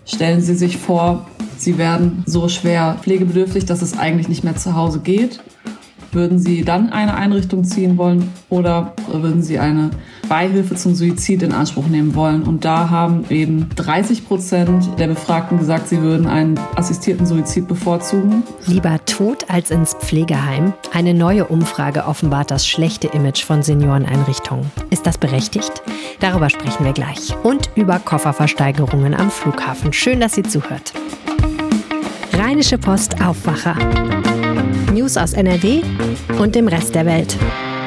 Stellen Sie sich vor, Sie werden so schwer pflegebedürftig, dass es eigentlich nicht mehr zu Hause geht. Würden Sie dann eine Einrichtung ziehen wollen oder würden Sie eine Beihilfe zum Suizid in Anspruch nehmen wollen? Und da haben eben 30% der Befragten gesagt, sie würden einen assistierten Suizid bevorzugen. Lieber tot als ins Pflegeheim? Eine neue Umfrage offenbart das schlechte Image von Senioreneinrichtungen. Ist das berechtigt? Darüber sprechen wir gleich. Und über Kofferversteigerungen am Flughafen. Schön, dass Sie zuhört. Rheinische Post Aufwacher. News aus NRW und dem Rest der Welt.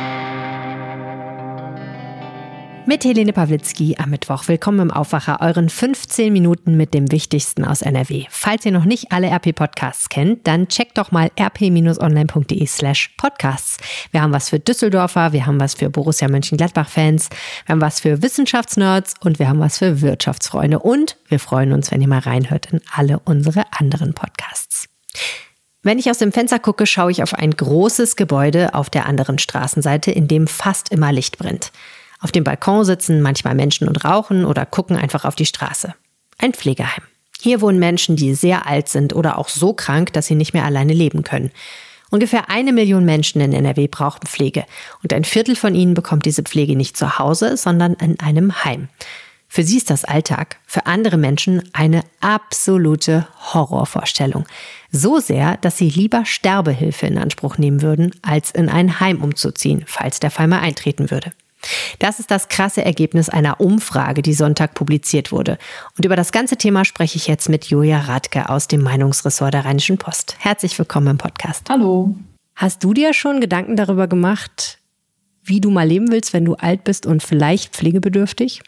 Mit Helene Pawlitzki am Mittwoch. Willkommen im Aufwacher, euren 15 Minuten mit dem Wichtigsten aus NRW. Falls ihr noch nicht alle RP-Podcasts kennt, dann checkt doch mal rp-online.de/podcasts. Wir haben was für Düsseldorfer, wir haben was für Borussia Mönchengladbach-Fans, wir haben was für Wissenschaftsnerds und wir haben was für Wirtschaftsfreunde. Und wir freuen uns, wenn ihr mal reinhört in alle unsere anderen Podcasts. Wenn ich aus dem Fenster gucke, schaue ich auf ein großes Gebäude auf der anderen Straßenseite, in dem fast immer Licht brennt. Auf dem Balkon sitzen manchmal Menschen und rauchen oder gucken einfach auf die Straße. Ein Pflegeheim. Hier wohnen Menschen, die sehr alt sind oder auch so krank, dass sie nicht mehr alleine leben können. Ungefähr 1 Million Menschen in NRW brauchen Pflege. Und ein Viertel von ihnen bekommt diese Pflege nicht zu Hause, sondern in einem Heim. Für sie ist das Alltag, für andere Menschen eine absolute Horrorvorstellung. So sehr, dass sie lieber Sterbehilfe in Anspruch nehmen würden, als in ein Heim umzuziehen, falls der Fall mal eintreten würde. Das ist das krasse Ergebnis einer Umfrage, die Sonntag publiziert wurde. Und über das ganze Thema spreche ich jetzt mit Julia Radke aus dem Meinungsressort der Rheinischen Post. Herzlich willkommen im Podcast. Hallo. Hast du dir schon Gedanken darüber gemacht, wie du mal leben willst, wenn du alt bist und vielleicht pflegebedürftig?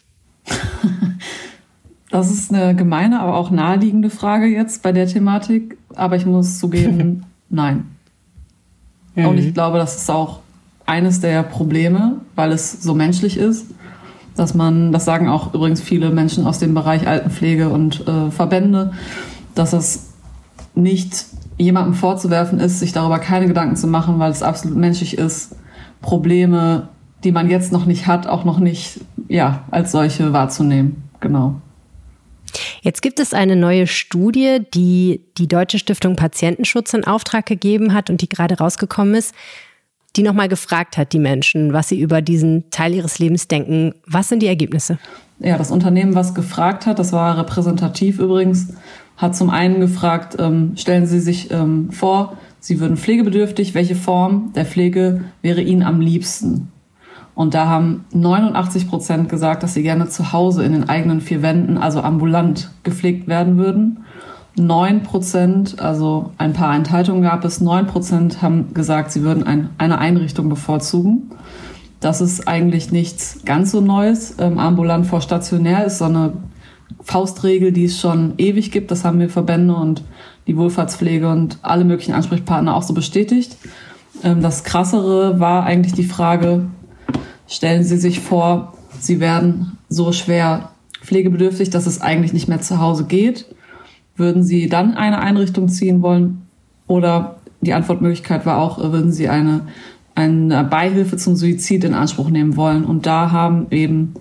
Das ist eine gemeine, aber auch naheliegende Frage jetzt bei der Thematik. Aber ich muss zugeben, nein. Und ich glaube, das ist auch eines der Probleme, weil es so menschlich ist, dass man, das sagen auch übrigens viele Menschen aus dem Bereich Altenpflege und Verbände, dass es nicht jemandem vorzuwerfen ist, sich darüber keine Gedanken zu machen, weil es absolut menschlich ist, Probleme, die man jetzt noch nicht hat, auch noch nicht als solche wahrzunehmen. Genau. Jetzt gibt es eine neue Studie, die die Deutsche Stiftung Patientenschutz in Auftrag gegeben hat und die gerade rausgekommen ist, die nochmal gefragt hat, die Menschen, was sie über diesen Teil ihres Lebens denken. Was sind die Ergebnisse? Ja, das Unternehmen, was gefragt hat, das war repräsentativ übrigens, hat zum einen gefragt, stellen Sie sich vor, Sie würden pflegebedürftig, welche Form der Pflege wäre Ihnen am liebsten? Und da haben 89% gesagt, dass sie gerne zu Hause in den eigenen 4 Wänden, also ambulant, gepflegt werden würden. 9%, also ein paar Enthaltungen gab es, 9% haben gesagt, sie würden eine Einrichtung bevorzugen. Das ist eigentlich nichts ganz so Neues. Ambulant vor stationär ist so eine Faustregel, die es schon ewig gibt. Das haben wir Verbände und die Wohlfahrtspflege und alle möglichen Ansprechpartner auch so bestätigt. Das Krassere war eigentlich die Frage, stellen Sie sich vor, Sie werden so schwer pflegebedürftig, dass es eigentlich nicht mehr zu Hause geht. Würden Sie dann eine Einrichtung ziehen wollen? Oder die Antwortmöglichkeit war auch, würden Sie eine Beihilfe zum Suizid in Anspruch nehmen wollen? Und da haben eben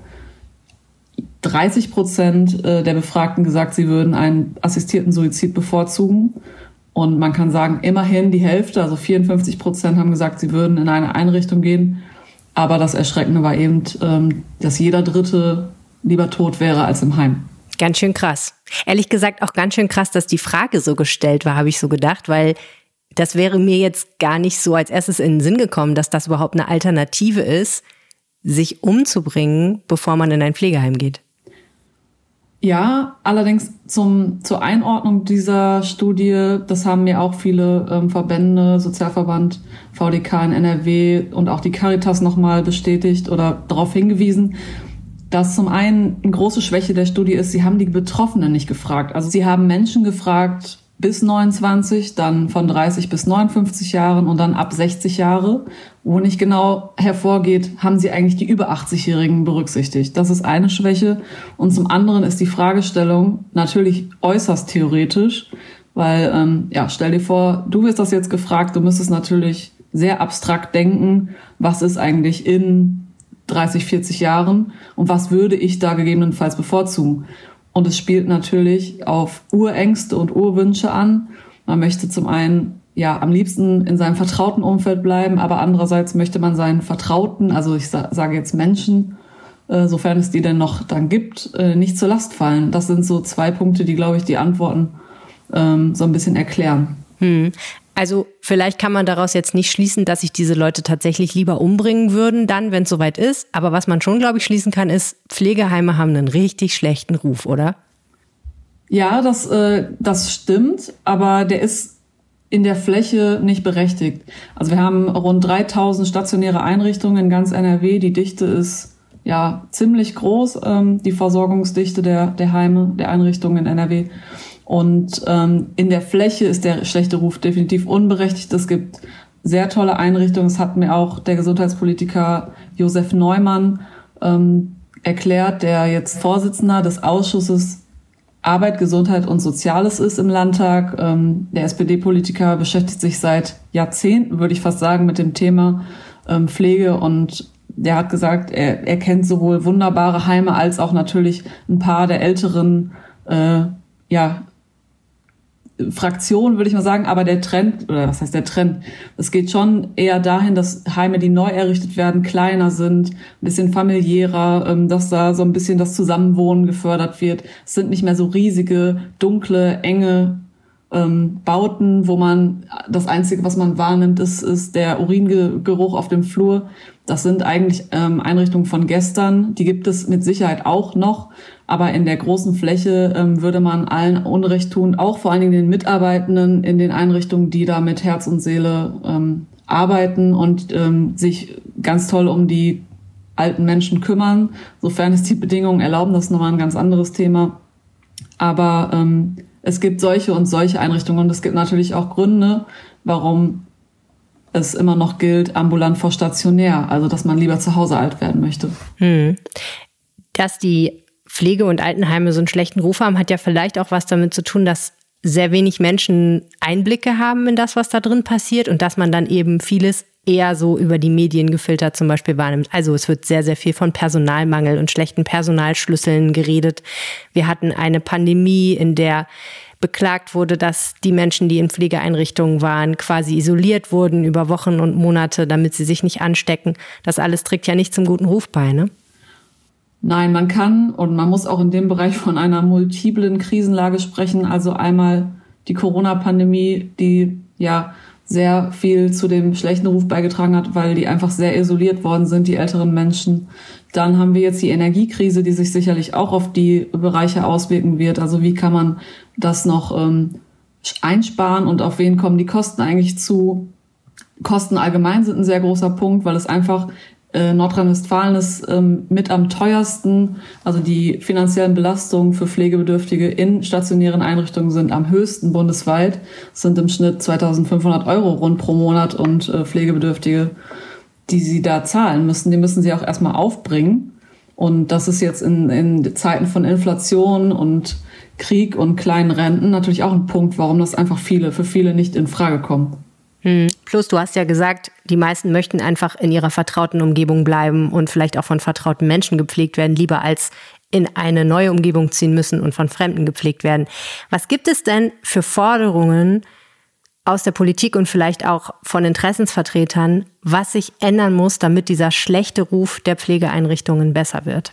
30% der Befragten gesagt, sie würden einen assistierten Suizid bevorzugen. Und man kann sagen, immerhin die Hälfte, also 54% haben gesagt, sie würden in eine Einrichtung gehen. Aber das Erschreckende war eben, dass jeder Dritte lieber tot wäre als im Heim. Ganz schön krass. Ehrlich gesagt auch ganz schön krass, dass die Frage so gestellt war, habe ich so gedacht, weil das wäre mir jetzt gar nicht so als erstes in den Sinn gekommen, dass das überhaupt eine Alternative ist, sich umzubringen, bevor man in ein Pflegeheim geht. Ja, allerdings zur Einordnung dieser Studie, das haben mir auch viele Verbände, Sozialverband, VDK in NRW und auch die Caritas nochmal bestätigt oder darauf hingewiesen, dass zum einen eine große Schwäche der Studie ist, sie haben die Betroffenen nicht gefragt. Also sie haben Menschen gefragt bis 29, dann von 30 bis 59 Jahren und dann ab 60 Jahre, wo nicht genau hervorgeht, haben sie eigentlich die über 80-Jährigen berücksichtigt. Das ist eine Schwäche. Und zum anderen ist die Fragestellung natürlich äußerst theoretisch, weil, stell dir vor, du wirst das jetzt gefragt, du müsstest natürlich sehr abstrakt denken, was ist eigentlich in 30, 40 Jahren und was würde ich da gegebenenfalls bevorzugen. Und es spielt natürlich auf Urängste und Urwünsche an. Man möchte zum einen am liebsten in seinem vertrauten Umfeld bleiben, aber andererseits möchte man seinen Vertrauten, also ich sage jetzt Menschen, sofern es die denn noch dann gibt, nicht zur Last fallen. Das sind so 2 Punkte, die, glaube ich, die Antworten so ein bisschen erklären. Also vielleicht kann man daraus jetzt nicht schließen, dass sich diese Leute tatsächlich lieber umbringen würden, dann, wenn es soweit ist. Aber was man schon, glaube ich, schließen kann, ist, Pflegeheime haben einen richtig schlechten Ruf, oder? Ja, das stimmt, aber der ist in der Fläche nicht berechtigt. Also wir haben rund 3000 stationäre Einrichtungen in ganz NRW. Die Dichte ist ziemlich groß, die Versorgungsdichte der Heime, der Einrichtungen in NRW. Und in der Fläche ist der schlechte Ruf definitiv unberechtigt. Es gibt sehr tolle Einrichtungen. Das hat mir auch der Gesundheitspolitiker Josef Neumann erklärt, der jetzt Vorsitzender des Ausschusses Arbeit, Gesundheit und Soziales ist im Landtag. Der SPD-Politiker beschäftigt sich seit Jahrzehnten, würde ich fast sagen, mit dem Thema Pflege, und der hat gesagt, er kennt sowohl wunderbare Heime als auch natürlich ein paar der älteren Fraktionen, würde ich mal sagen, aber der Trend, oder was heißt der Trend? Es geht schon eher dahin, dass Heime, die neu errichtet werden, kleiner sind, ein bisschen familiärer, dass da so ein bisschen das Zusammenwohnen gefördert wird. Es sind nicht mehr so riesige, dunkle, enge Bauten, wo man das Einzige, was man wahrnimmt, ist der Uringeruch auf dem Flur. Das sind eigentlich Einrichtungen von gestern. Die gibt es mit Sicherheit auch noch. Aber in der großen Fläche würde man allen Unrecht tun, auch vor allen Dingen den Mitarbeitenden in den Einrichtungen, die da mit Herz und Seele arbeiten und sich ganz toll um die alten Menschen kümmern. Sofern es die Bedingungen erlauben, das ist nochmal ein ganz anderes Thema. Aber es gibt solche und solche Einrichtungen, und es gibt natürlich auch Gründe, warum es immer noch gilt, ambulant vor stationär, also dass man lieber zu Hause alt werden möchte. Dass die Pflege- und Altenheime so einen schlechten Ruf haben, hat ja vielleicht auch was damit zu tun, dass sehr wenig Menschen Einblicke haben in das, was da drin passiert, und dass man dann eben vieles eher so über die Medien gefiltert zum Beispiel wahrnimmt. Also es wird sehr, sehr viel von Personalmangel und schlechten Personalschlüsseln geredet. Wir hatten eine Pandemie, in der beklagt wurde, dass die Menschen, die in Pflegeeinrichtungen waren, quasi isoliert wurden über Wochen und Monate, damit sie sich nicht anstecken. Das alles trägt ja nicht zum guten Ruf bei, ne? Nein, man kann und man muss auch in dem Bereich von einer multiplen Krisenlage sprechen. Also einmal die Corona-Pandemie, die sehr viel zu dem schlechten Ruf beigetragen hat, weil die einfach sehr isoliert worden sind, die älteren Menschen. Dann haben wir jetzt die Energiekrise, die sich sicherlich auch auf die Bereiche auswirken wird. Also wie kann man das noch einsparen und auf wen kommen die Kosten eigentlich zu? Kosten allgemein sind ein sehr großer Punkt, weil es einfach Nordrhein-Westfalen ist mit am teuersten. Also die finanziellen Belastungen für Pflegebedürftige in stationären Einrichtungen sind am höchsten bundesweit. Es sind im Schnitt 2.500 € rund pro Monat, und Pflegebedürftige, die sie da zahlen müssen, die müssen sie auch erstmal aufbringen. Und das ist jetzt in Zeiten von Inflation und Krieg und kleinen Renten natürlich auch ein Punkt, warum das einfach für viele nicht in Frage kommt. Plus, du hast ja gesagt, die meisten möchten einfach in ihrer vertrauten Umgebung bleiben und vielleicht auch von vertrauten Menschen gepflegt werden, lieber als in eine neue Umgebung ziehen müssen und von Fremden gepflegt werden. Was gibt es denn für Forderungen aus der Politik und vielleicht auch von Interessensvertretern, was sich ändern muss, damit dieser schlechte Ruf der Pflegeeinrichtungen besser wird?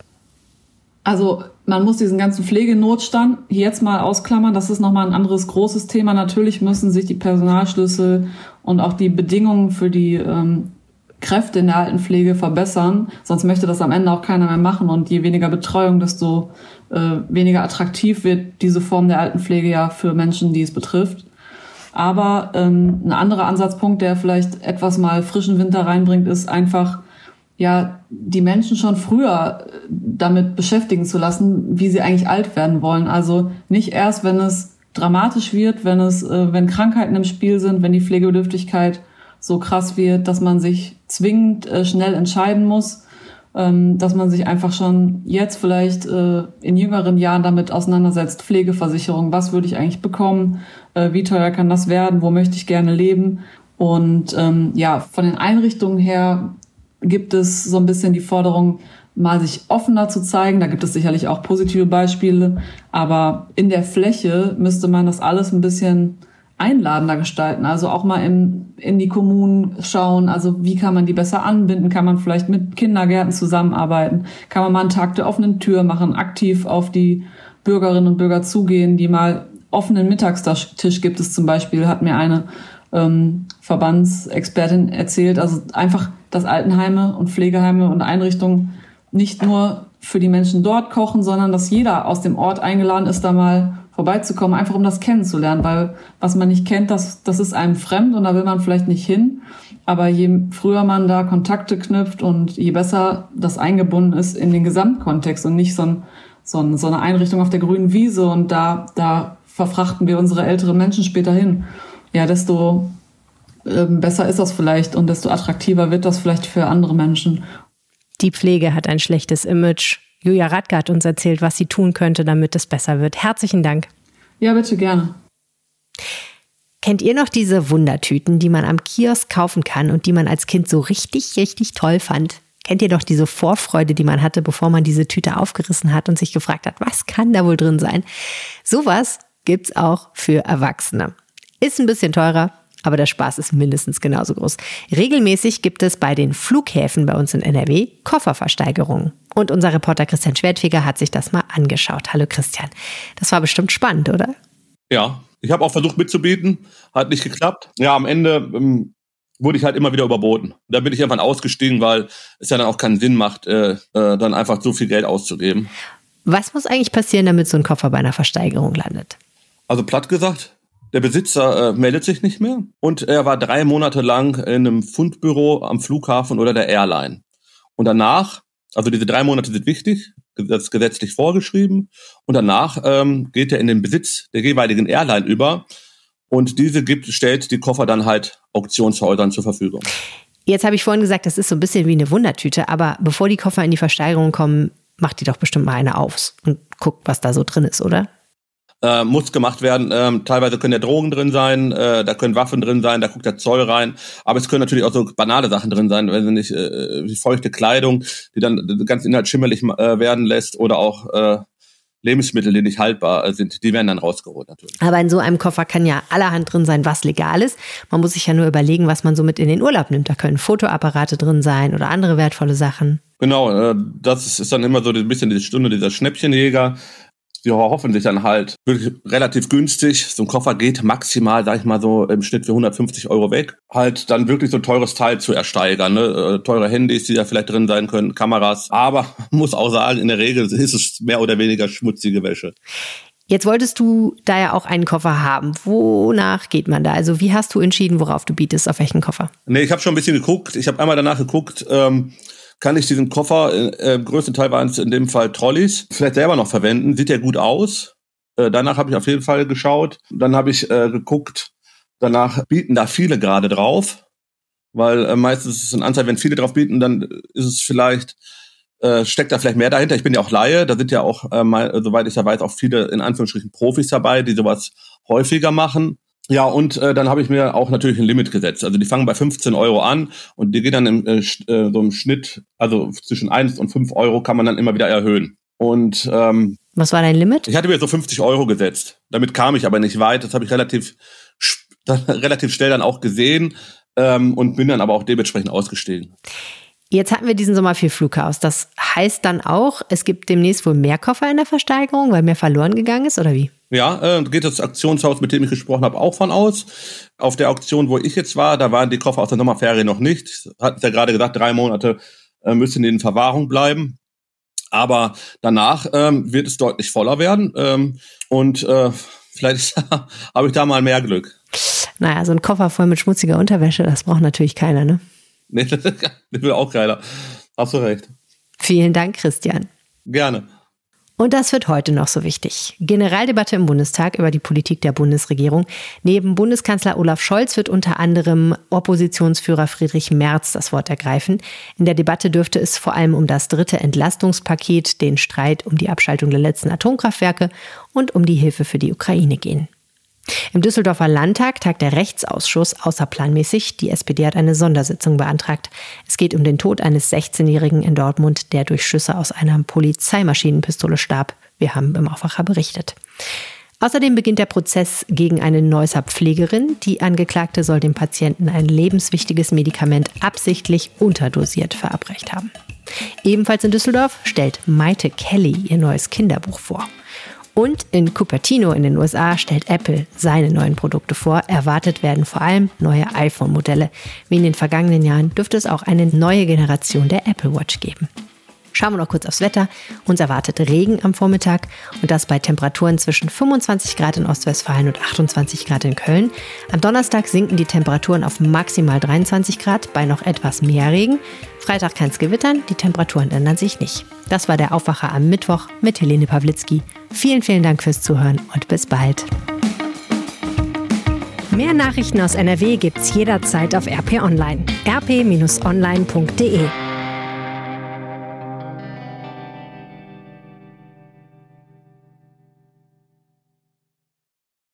Also man muss diesen ganzen Pflegenotstand jetzt mal ausklammern. Das ist nochmal ein anderes großes Thema. Natürlich müssen sich die Personalschlüssel und auch die Bedingungen für die Kräfte in der Altenpflege verbessern. Sonst möchte das am Ende auch keiner mehr machen. Und je weniger Betreuung, desto weniger attraktiv wird diese Form der Altenpflege ja für Menschen, die es betrifft. Aber ein anderer Ansatzpunkt, der vielleicht etwas mal frischen Winter reinbringt, ist einfach, die Menschen schon früher damit beschäftigen zu lassen, wie sie eigentlich alt werden wollen. Also nicht erst, wenn es dramatisch wird, wenn Krankheiten im Spiel sind, wenn die Pflegebedürftigkeit so krass wird, dass man sich zwingend schnell entscheiden muss, dass man sich einfach schon jetzt vielleicht in jüngeren Jahren damit auseinandersetzt. Pflegeversicherung, was würde ich eigentlich bekommen? Wie teuer kann das werden? Wo möchte ich gerne leben? Und von den Einrichtungen her gibt es so ein bisschen die Forderung, mal sich offener zu zeigen. Da gibt es sicherlich auch positive Beispiele, aber in der Fläche müsste man das alles ein bisschen einladender gestalten. Also auch mal in die Kommunen schauen, also wie kann man die besser anbinden, kann man vielleicht mit Kindergärten zusammenarbeiten, kann man mal einen Tag der offenen Tür machen, aktiv auf die Bürgerinnen und Bürger zugehen, die mal offenen Mittagstisch gibt es zum Beispiel, hat mir eine Verbandsexpertin erzählt, also einfach, dass Altenheime und Pflegeheime und Einrichtungen nicht nur für die Menschen dort kochen, sondern dass jeder aus dem Ort eingeladen ist, da mal vorbeizukommen, einfach um das kennenzulernen, weil was man nicht kennt, das ist einem fremd und da will man vielleicht nicht hin. Aber je früher man da Kontakte knüpft und je besser das eingebunden ist in den Gesamtkontext und nicht so eine Einrichtung auf der grünen Wiese und da verfrachten wir unsere älteren Menschen später hin, ja, desto besser ist das vielleicht und desto attraktiver wird das vielleicht für andere Menschen. Die Pflege hat ein schlechtes Image. Julia Radke hat uns erzählt, was sie tun könnte, damit es besser wird. Herzlichen Dank. Ja, bitte, gerne. Kennt ihr noch diese Wundertüten, die man am Kiosk kaufen kann und die man als Kind so richtig, richtig toll fand? Kennt ihr doch diese Vorfreude, die man hatte, bevor man diese Tüte aufgerissen hat und sich gefragt hat, was kann da wohl drin sein? Sowas gibt's auch für Erwachsene. Ist ein bisschen teurer, aber der Spaß ist mindestens genauso groß. Regelmäßig gibt es bei den Flughäfen bei uns in NRW Kofferversteigerungen. Und unser Reporter Christian Schwertfeger hat sich das mal angeschaut. Hallo Christian. Das war bestimmt spannend, oder? Ja, ich habe auch versucht mitzubieten, hat nicht geklappt. Ja, am Ende wurde ich halt immer wieder überboten. Da bin ich irgendwann ausgestiegen, weil es ja dann auch keinen Sinn macht, dann einfach so viel Geld auszugeben. Was muss eigentlich passieren, damit so ein Koffer bei einer Versteigerung landet? Also platt gesagt, der Besitzer meldet sich nicht mehr und er war 3 Monate lang in einem Fundbüro am Flughafen oder der Airline. Und danach, also diese 3 Monate sind wichtig, das ist gesetzlich vorgeschrieben, und danach geht er in den Besitz der jeweiligen Airline über und diese stellt die Koffer dann halt Auktionshäusern zur Verfügung. Jetzt habe ich vorhin gesagt, das ist so ein bisschen wie eine Wundertüte, aber bevor die Koffer in die Versteigerung kommen, macht die doch bestimmt mal eine auf und guckt, was da so drin ist, oder? Muss gemacht werden. Teilweise können ja Drogen drin sein, da können Waffen drin sein, da guckt der Zoll rein. Aber es können natürlich auch so banale Sachen drin sein, wenn sie nicht wie feuchte Kleidung, die dann den ganzen Inhalt schimmerlich werden lässt, oder auch Lebensmittel, die nicht haltbar sind, die werden dann rausgeholt natürlich. Aber in so einem Koffer kann ja allerhand drin sein, was legal ist. Man muss sich ja nur überlegen, was man so mit in den Urlaub nimmt. Da können Fotoapparate drin sein oder andere wertvolle Sachen. Genau, das ist dann immer so ein bisschen die Stunde dieser Schnäppchenjäger. Die hoffen sich dann halt wirklich relativ günstig. So ein Koffer geht maximal, sag ich mal so, im Schnitt für 150 € weg. Halt dann wirklich so ein teures Teil zu ersteigern, ne? Teure Handys, die da vielleicht drin sein können, Kameras. Aber muss auch sagen, in der Regel ist es mehr oder weniger schmutzige Wäsche. Jetzt wolltest du da ja auch einen Koffer haben. Wonach geht man da? Also wie hast du entschieden, worauf du bietest, auf welchen Koffer? Nee, ich habe schon ein bisschen geguckt. Ich habe einmal danach geguckt, kann ich diesen Koffer, im größten Teil waren es in dem Fall Trolleys, vielleicht selber noch verwenden? Sieht der gut aus? Danach habe ich auf jeden Fall geschaut. Dann habe ich geguckt, danach bieten da viele gerade drauf, weil meistens ist es ein Anteil, wenn viele drauf bieten, dann ist es vielleicht, steckt da vielleicht mehr dahinter. Ich bin ja auch Laie, da sind ja auch, soweit ich ja weiß, auch viele in Anführungsstrichen Profis dabei, die sowas häufiger machen. Ja, und dann habe ich mir auch natürlich ein Limit gesetzt. Also die fangen bei 15 € an und die gehen dann so im Schnitt, also zwischen 1 und 5 € kann man dann immer wieder erhöhen. Und was war dein Limit? Ich hatte mir so 50 € gesetzt. Damit kam ich aber nicht weit. Das habe ich relativ schnell dann auch gesehen und bin dann aber auch dementsprechend ausgestiegen. Jetzt hatten wir diesen Sommer viel Flugchaos. Das heißt dann auch, es gibt demnächst wohl mehr Koffer in der Versteigerung, weil mehr verloren gegangen ist, oder wie? Ja, geht das Auktionshaus, mit dem ich gesprochen habe, auch von aus. Auf der Auktion, wo ich jetzt war, da waren die Koffer aus der Sommerferien noch nicht. Hat ja gerade gesagt, 3 Monate müssen die in Verwahrung bleiben. Aber danach wird es deutlich voller werden. Und vielleicht habe ich da mal mehr Glück. Naja, so ein Koffer voll mit schmutziger Unterwäsche, das braucht natürlich keiner, ne? Nee, das will auch keiner. Hast du recht. Vielen Dank, Christian. Gerne. Und das wird heute noch so wichtig. Generaldebatte im Bundestag über die Politik der Bundesregierung. Neben Bundeskanzler Olaf Scholz wird unter anderem Oppositionsführer Friedrich Merz das Wort ergreifen. In der Debatte dürfte es vor allem um das 3. Entlastungspaket, den Streit um die Abschaltung der letzten Atomkraftwerke und um die Hilfe für die Ukraine gehen. Im Düsseldorfer Landtag tagt der Rechtsausschuss außerplanmäßig. Die SPD hat eine Sondersitzung beantragt. Es geht um den Tod eines 16-Jährigen in Dortmund, der durch Schüsse aus einer Polizeimaschinenpistole starb. Wir haben im Aufwacher berichtet. Außerdem beginnt der Prozess gegen eine Neusser Pflegerin. Die Angeklagte soll dem Patienten ein lebenswichtiges Medikament absichtlich unterdosiert verabreicht haben. Ebenfalls in Düsseldorf stellt Maite Kelly ihr neues Kinderbuch vor. Und in Cupertino in den USA stellt Apple seine neuen Produkte vor. Erwartet werden vor allem neue iPhone-Modelle. Wie in den vergangenen Jahren dürfte es auch eine neue Generation der Apple Watch geben. Schauen wir noch kurz aufs Wetter. Uns erwartet Regen am Vormittag und das bei Temperaturen zwischen 25 Grad in Ostwestfalen und 28 Grad in Köln. Am Donnerstag sinken die Temperaturen auf maximal 23 Grad bei noch etwas mehr Regen. Freitag kann es gewittern, die Temperaturen ändern sich nicht. Das war der Aufwacher am Mittwoch mit Helene Pawlitzki. Vielen, vielen Dank fürs Zuhören und bis bald. Mehr Nachrichten aus NRW gibt's jederzeit auf RP Online. rp-online.de